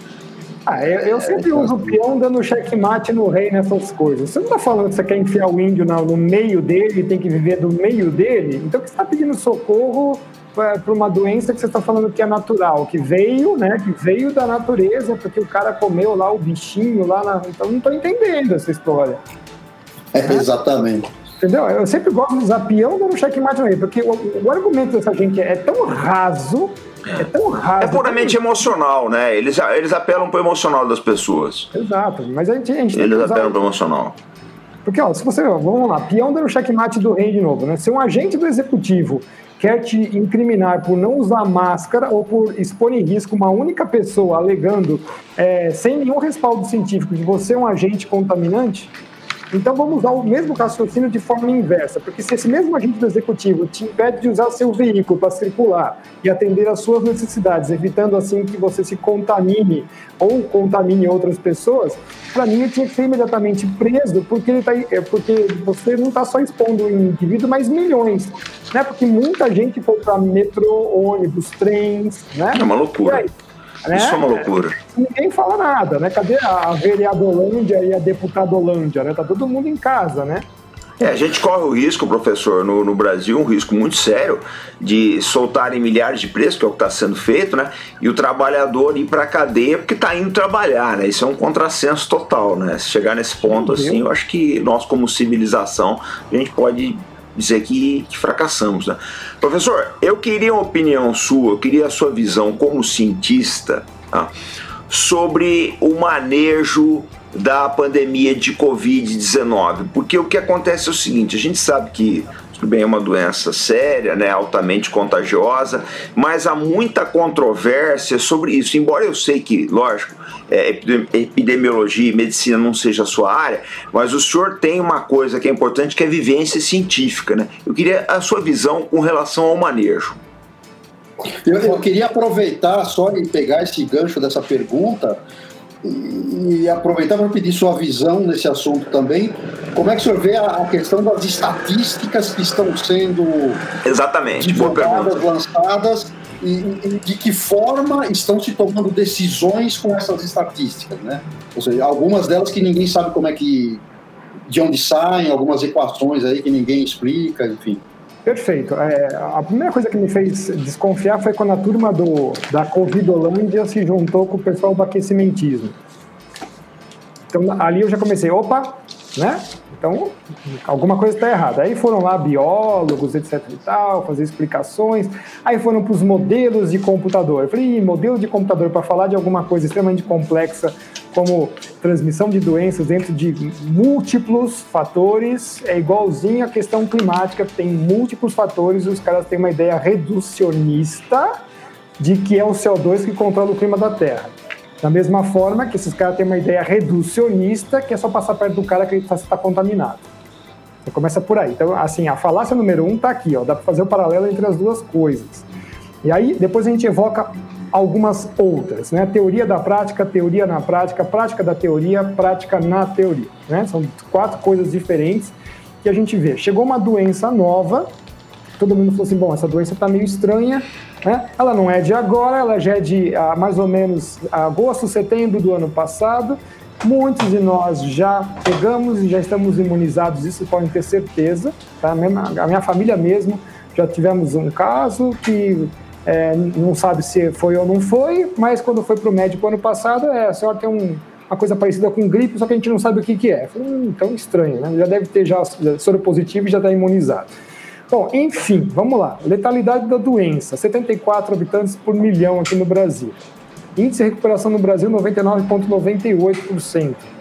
Ah, eu, eu sempre é, uso o peão dando checkmate no rei nessas coisas. Você não está falando que você quer enfiar o índio no, no meio dele e tem que viver do meio dele? Então que você está pedindo socorro para uma doença que você está falando que é natural, que veio, né, que veio da natureza, porque o cara comeu lá o bichinho lá na... Então não estou entendendo essa história. É, né? Exatamente. Entendeu? Eu sempre gosto de usar peão dando checkmate no rei, porque o, o argumento dessa gente é tão raso, é tão raso. É puramente tão... emocional, né? Eles, eles apelam para o emocional das pessoas. Exato, mas a gente, a gente Eles tem que apelam para o emocional. Porque, ó, se você, vamos lá, peão dando checkmate do rei de novo, né? Se um agente do executivo quer te incriminar por não usar máscara ou por expor em risco uma única pessoa, alegando, é, sem nenhum respaldo científico, que você é um agente contaminante, então vamos usar o mesmo raciocínio de forma inversa, porque se esse mesmo agente do executivo te impede de usar seu veículo para circular e atender às suas necessidades, evitando assim que você se contamine ou contamine outras pessoas, para mim ele tinha que ser imediatamente preso, porque, ele tá, porque você não está só expondo um indivíduo, mas milhões, né? Porque muita gente foi para metrô, ônibus, trens, né? É uma loucura. Né? Isso é uma loucura. Ninguém fala nada, né? Cadê a vereadolândia e a deputadolândia, né? Tá todo mundo em casa, né? É, a gente corre o risco, professor, no, no Brasil, um risco muito sério de soltarem milhares de presos, que é o que está sendo feito, né? E o trabalhador ir para a cadeia porque está indo trabalhar, né? Isso é um contrassenso total, né? Se chegar nesse ponto, assim, eu acho que nós, como civilização, a gente pode dizer que, que fracassamos, né? Professor, eu queria uma opinião sua, eu queria a sua visão como cientista, tá, sobre o manejo da pandemia de covid dezenove, porque o que acontece é o seguinte, a gente sabe que tudo bem, é uma doença séria, né, altamente contagiosa, mas há muita controvérsia sobre isso, embora eu sei que, lógico, é, epidemiologia e medicina não seja a sua área, mas o senhor tem uma coisa que é importante, que é a vivência científica, né? Eu queria a sua visão com relação ao manejo. Eu, eu queria aproveitar só e pegar esse gancho dessa pergunta e, e aproveitar para pedir sua visão nesse assunto também. Como é que o senhor vê a, a questão das estatísticas que estão sendo Exatamente, divulgadas, lançadas, e, e de que forma estão se tomando decisões com essas estatísticas, né? Ou seja, algumas delas que ninguém sabe como é que, de onde saem, algumas equações aí que ninguém explica, enfim. Perfeito. É, a primeira coisa que me fez desconfiar foi quando a turma do, da Covidolândia se juntou com o pessoal do aquecimentismo. Então, ali eu já comecei, opa, né? Então, alguma coisa está errada. Aí foram lá biólogos, etc e tal, fazer explicações. Aí foram para os modelos de computador. Eu falei, modelo de computador para falar de alguma coisa extremamente complexa, como transmissão de doenças dentro de múltiplos fatores, é igualzinho à questão climática, tem múltiplos fatores e os caras têm uma ideia reducionista de que é o C O dois que controla o clima da Terra. Da mesma forma que esses caras têm uma ideia reducionista, que é só passar perto do cara que está contaminado. Você começa por aí. Então, assim, a falácia número um está aqui, ó, dá para fazer o paralelo entre as duas coisas. E aí, depois a gente evoca algumas outras, né? Teoria da prática, teoria na prática, prática da teoria, prática na teoria, né? São quatro coisas diferentes que a gente vê. Chegou uma doença nova, todo mundo falou assim, bom, essa doença está meio estranha, né? Ela não é de agora, ela já é de ah, mais ou menos agosto, setembro do ano passado. Muitos de nós já pegamos e já estamos imunizados, isso podem ter certeza, tá? A minha família mesmo, já tivemos um caso que É, não sabe se foi ou não foi, mas quando foi para o médico ano passado, é, a senhora tem um, uma coisa parecida com gripe, só que a gente não sabe o que, que é. Falei, hum, tão estranho, né? Já deve ter já soro positivo e já está imunizado. Bom, enfim, vamos lá. Letalidade da doença, setenta e quatro habitantes por milhão aqui no Brasil. Índice de recuperação no Brasil, noventa e nove vírgula noventa e oito por cento.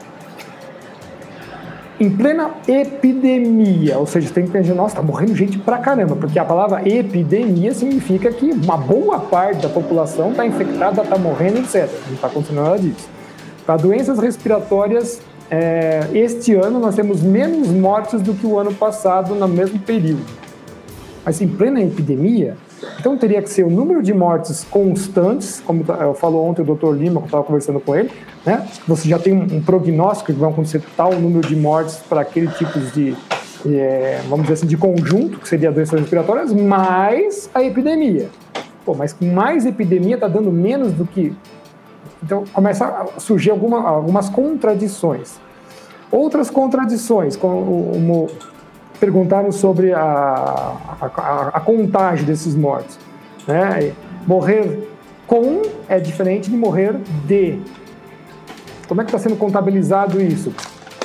Em plena epidemia, ou seja, tem que pensar, nossa, tá morrendo gente pra caramba, porque a palavra epidemia significa que uma boa parte da população está infectada, está morrendo, etcétera. Não está acontecendo nada disso. Para doenças respiratórias, é, este ano nós temos menos mortes do que o ano passado no mesmo período. Mas em plena epidemia, então teria que ser o número de mortes constantes, como falou ontem o doutor Lima, que eu estava conversando com ele, né? Você já tem um, um prognóstico que vai acontecer tal número de mortes para aquele tipo de, é, vamos dizer assim, de conjunto, que seria doenças respiratórias, mais a epidemia. Pô, mas com mais epidemia está dando menos do que... Então começa a surgir alguma, algumas contradições. Outras contradições, como... como perguntaram sobre a, a, a, a contagem desses mortos, né? Morrer com é diferente de morrer de. Como é que está sendo contabilizado isso?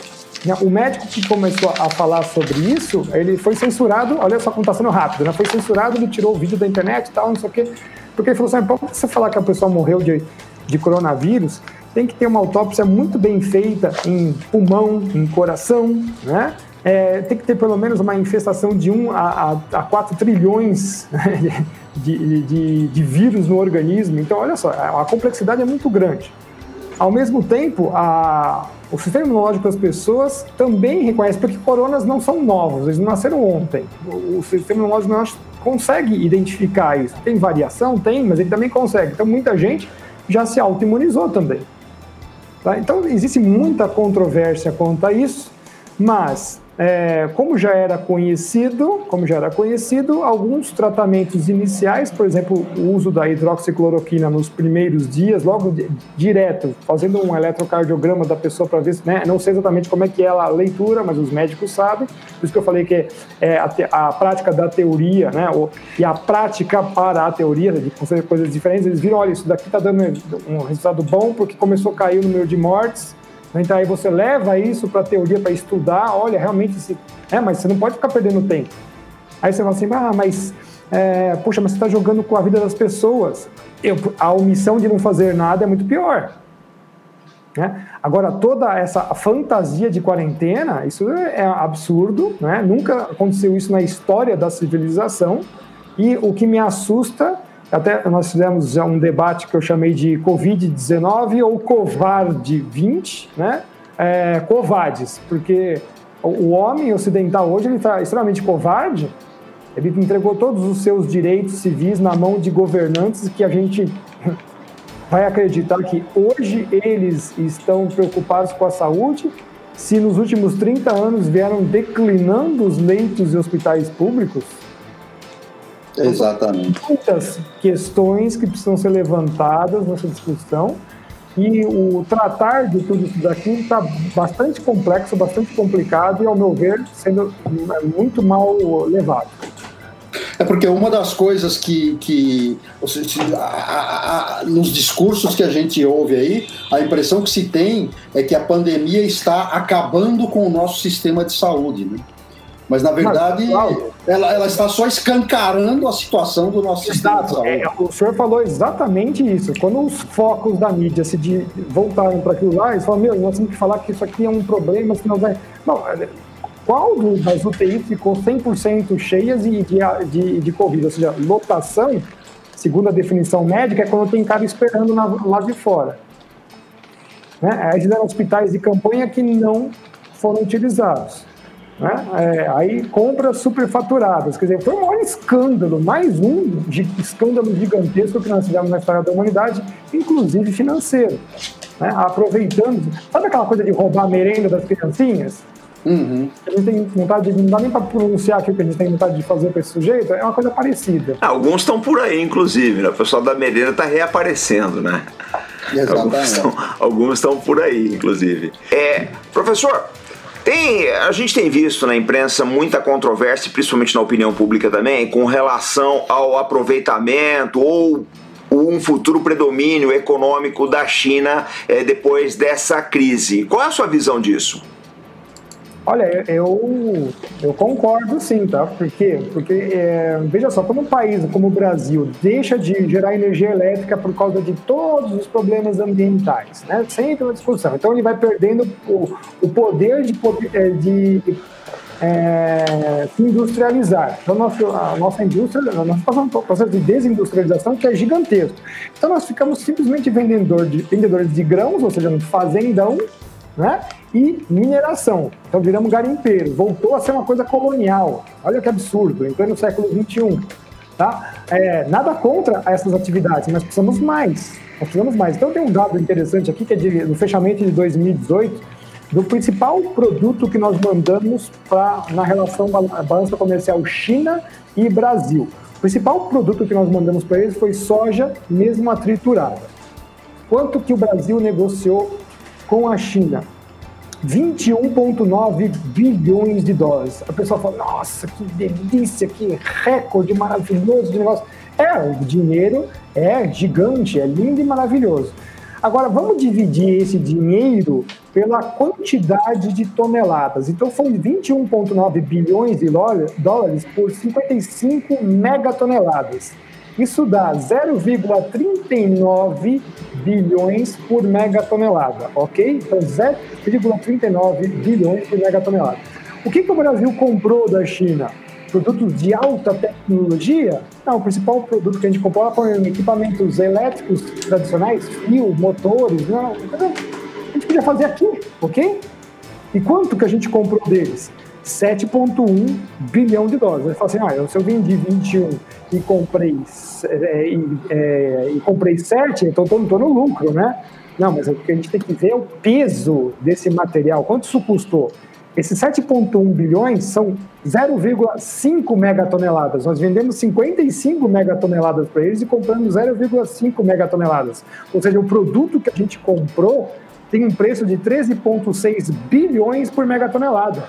O médico que começou a falar sobre isso, ele foi censurado, olha só como está sendo rápido, né? Foi censurado, ele tirou o vídeo da internet e tal, não sei o quê, porque ele falou assim, para você falar que a pessoa morreu de, de coronavírus, tem que ter uma autópsia muito bem feita em pulmão, em coração, né? É, tem que ter pelo menos uma infestação de um a quatro trilhões de, de, de vírus no organismo. Então, olha só, a complexidade é muito grande. Ao mesmo tempo, a, o sistema imunológico das pessoas também reconhece, porque coronas não são novos, eles não nasceram ontem. O, o sistema imunológico não consegue identificar isso. Tem variação? Tem, mas ele também consegue. Então, muita gente já se auto-imunizou também. Tá? Então, existe muita controvérsia quanto a isso, mas... É, como já era conhecido, como já era conhecido, alguns tratamentos iniciais, por exemplo, o uso da hidroxicloroquina nos primeiros dias, logo de, direto, fazendo um eletrocardiograma da pessoa para ver, né, não sei exatamente como é que é a leitura, mas os médicos sabem, por isso que eu falei que é a, te, a prática da teoria, né, ou, e a prática para a teoria, de fazer coisas diferentes, eles viram, olha, isso daqui está dando um resultado bom porque começou a cair o número de mortes. Então aí você leva isso para a teoria para estudar, olha, realmente, se... é, mas você não pode ficar perdendo tempo. Aí você fala assim, ah, mas, é, poxa, mas você está jogando com a vida das pessoas. Eu, a omissão de não fazer nada é muito pior. Né? Agora, toda essa fantasia de quarentena, isso é absurdo, né? Nunca aconteceu isso na história da civilização, e o que me assusta, até nós fizemos já um debate que eu chamei de covid dezenove ou covarde vinte, né? É, covades, porque o homem ocidental hoje ele está extremamente covarde. Ele entregou todos os seus direitos civis na mão de governantes que a gente vai acreditar que hoje eles estão preocupados com a saúde, se nos últimos trinta anos vieram declinando os leitos e hospitais públicos. Exatamente. São muitas questões que precisam ser levantadas nessa discussão, e o tratar de tudo isso daqui está bastante complexo, bastante complicado e, ao meu ver, sendo muito mal levado. É porque uma das coisas que, que ou seja, a, a, nos discursos que a gente ouve aí, a impressão que se tem é que a pandemia está acabando com o nosso sistema de saúde, né? Mas, na verdade, Mas, claro, ela, ela está só escancarando a situação do nosso sistema de saúde. É, o senhor falou exatamente isso. Quando os focos da mídia se de, voltaram para aquilo lá, eles falaram, meu, nós temos que falar que isso aqui é um problema, senão vai... Não, qual das U T Is ficou cem por cento cheias de, de, de, de Covid? Ou seja, lotação, segundo a definição médica, é quando tem cara esperando na, lá de fora. Né? Aí fizeram hospitais de campanha que não foram utilizados. Né? É, aí compras superfaturadas, quer dizer, foi um maior escândalo, mais um escândalo gigantesco que nós tivemos na história da humanidade, inclusive financeiro. Né? Aproveitando, sabe aquela coisa de roubar a merenda das criancinhas? Uhum. A gente tem vontade de, não dá nem para pronunciar aqui o que a gente tem vontade de fazer para esse sujeito, é uma coisa parecida. Ah, alguns estão por aí, inclusive, né? O pessoal da merenda está reaparecendo, né? Alguns estão por aí, inclusive. É, professor, tem, a gente tem visto na imprensa muita controvérsia, principalmente na opinião pública também, com relação ao aproveitamento ou um futuro predomínio econômico da China é, depois dessa crise. Qual é a sua visão disso? Olha, eu, eu concordo sim, tá? Por quê? Porque, é, veja só, como um país como o Brasil deixa de gerar energia elétrica por causa de todos os problemas ambientais, né? Sempre uma discussão. Então ele vai perdendo o, o poder de, de é, se industrializar. Então nosso, a nossa indústria, nós passamos por um processo de desindustrialização que é gigantesco. Então nós ficamos simplesmente vendedor de, vendedores de grãos, ou seja, um fazendão, né? E mineração. Então viramos garimpeiro. Voltou a ser uma coisa colonial. Olha que absurdo, em pleno século vinte e um. Tá? É, nada contra essas atividades, mas precisamos mais. Nós precisamos mais. Então tem um dado interessante aqui, que é de, do fechamento de dois mil e dezoito, do principal produto que nós mandamos pra, na relação balança comercial China e Brasil. O principal produto que nós mandamos para eles foi soja, mesmo a triturada. Quanto que o Brasil negociou com a China? vinte e um vírgula nove bilhões de dólares. A pessoa fala, nossa, que delícia, que recorde maravilhoso de negócio. É, o dinheiro é gigante, é lindo e maravilhoso. Agora, vamos dividir esse dinheiro pela quantidade de toneladas. Então, foi vinte e um vírgula nove bilhões de dólares por cinquenta e cinco megatoneladas. Isso dá zero vírgula trinta e nove bilhões por megatonelada, ok? Então, zero vírgula trinta e nove bilhões por megatonelada. O que, que o Brasil comprou da China? Produtos de alta tecnologia? Não, o principal produto que a gente comprou foram equipamentos elétricos tradicionais, fio, motores, não. A gente podia fazer aqui, ok? E quanto que a gente comprou deles? sete vírgula um bilhão de dólares. Ele fala assim, ah, se eu vendi vinte e um e comprei, é, é, e comprei sete, então estou no lucro, né? Não, mas o que a gente tem que ver é o peso desse material. Quanto isso custou? Esses sete vírgula um bilhões são zero vírgula cinco megatoneladas. Nós vendemos cinquenta e cinco megatoneladas para eles e compramos zero vírgula cinco megatoneladas. Ou seja, o produto que a gente comprou tem um preço de treze vírgula seis bilhões por megatonelada.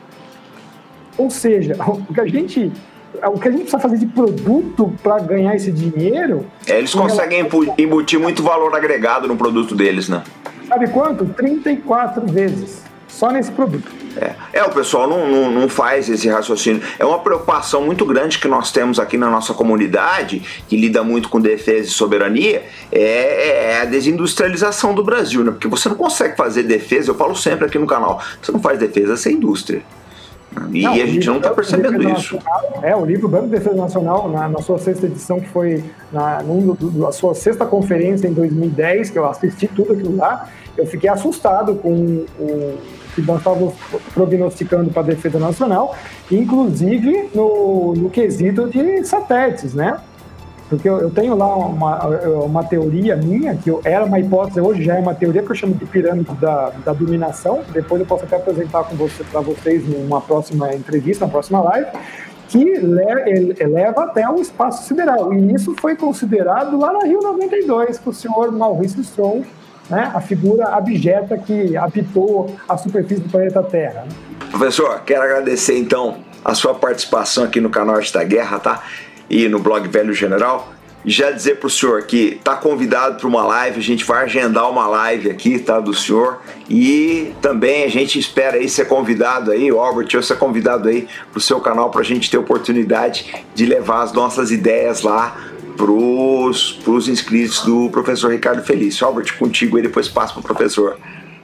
Ou seja, o que a gente, o que a gente precisa fazer de produto para ganhar esse dinheiro... É, eles conseguem relação... embutir muito valor agregado no produto deles, né? Sabe quanto? trinta e quatro vezes, só nesse produto. É, é o pessoal não, não, não faz esse raciocínio. É uma preocupação muito grande que nós temos aqui na nossa comunidade, que lida muito com defesa e soberania, é, é a desindustrialização do Brasil, né? Porque você não consegue fazer defesa, eu falo sempre aqui no canal, você não faz defesa sem indústria. E não, a gente não está percebendo isso. Nacional, é, o livro Banco de Defesa Nacional, na, na sua sexta edição, que foi na num, do, a sua sexta conferência em dois mil e dez, que eu assisti tudo aquilo lá, eu fiquei assustado com o que nós estávamos prognosticando para a defesa nacional, inclusive no, no quesito de satélites, né? Porque eu, eu tenho lá uma, uma teoria minha, que eu, era uma hipótese, hoje já é uma teoria que eu chamo de pirâmide da, da dominação, depois eu posso até apresentar com você, para vocês numa próxima entrevista, na próxima live, que le, leva até o espaço sideral. E isso foi considerado lá na Rio noventa e dois, com o senhor Maurice Strong, né, a figura abjeta que habitou a superfície do planeta Terra. Né? Professor, quero agradecer então a sua participação aqui no canal Arte da Guerra, tá? E no blog Velho General. E já dizer pro senhor que tá convidado para uma live, a gente vai agendar uma live aqui, tá, do senhor. E também a gente espera aí ser convidado aí, o Albert, eu ser convidado aí pro seu canal pra gente ter oportunidade de levar as nossas ideias lá pros, pros inscritos do professor Ricardo Felício. Albert, contigo aí, depois passo pro professor.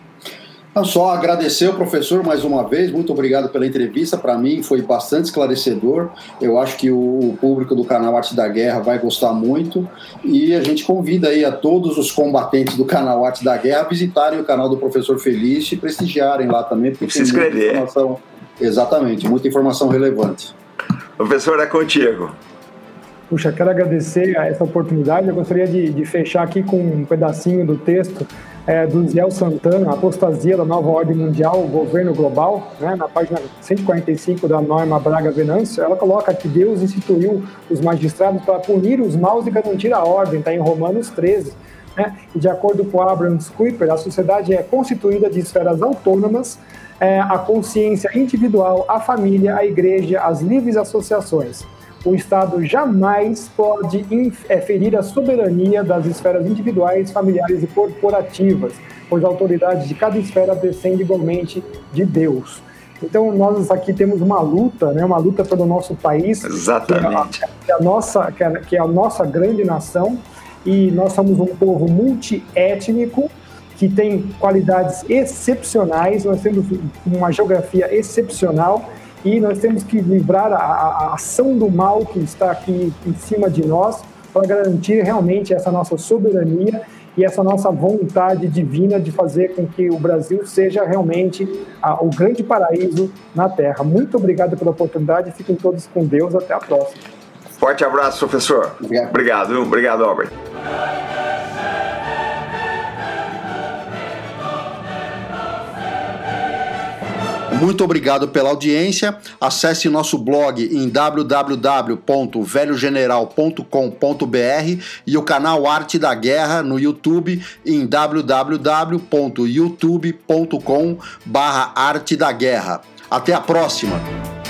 Eu só agradecer ao professor mais uma vez, muito obrigado pela entrevista, para mim foi bastante esclarecedor, eu acho que o público do canal Arte da Guerra vai gostar muito, e a gente convida aí a todos os combatentes do canal Arte da Guerra a visitarem o canal do professor Felício e prestigiarem lá também, porque se inscrever. Muita informação, exatamente, muita informação relevante. Professor, é contigo. Puxa, quero agradecer a essa oportunidade, eu gostaria de, de fechar aqui com um pedacinho do texto É, do Ziel Santana, Apostasia da Nova Ordem Mundial, o Governo Global, né, na página cento e quarenta e cinco da Norma Braga Venâncio, ela coloca que Deus instituiu os magistrados para punir os maus e garantir a ordem, está em Romanos treze. Né, e de acordo com Abraham Kuyper, a sociedade é constituída de esferas autônomas, é, a consciência individual, a família, a igreja, as livres associações. O Estado jamais pode ferir a soberania das esferas individuais, familiares e corporativas, pois a autoridade de cada esfera descende igualmente de Deus. Então, nós aqui temos uma luta, né, uma luta pelo nosso país. Exatamente. Que é a, que é a nossa, que é, que é a nossa grande nação, e nós somos um povo multiétnico, que tem qualidades excepcionais, nós temos uma geografia excepcional, e nós temos que livrar a, a ação do mal que está aqui em cima de nós para garantir realmente essa nossa soberania e essa nossa vontade divina de fazer com que o Brasil seja realmente a, o grande paraíso na Terra. Muito obrigado pela oportunidade, fiquem todos com Deus, até a próxima. Forte abraço, professor. Obrigado. Obrigado, obrigado, Albert. Muito obrigado pela audiência. Acesse nosso blog em w w w ponto velho general ponto com ponto b r e o canal Arte da Guerra no YouTube em w w w ponto youtube ponto com barra arte da guerra. Até a próxima!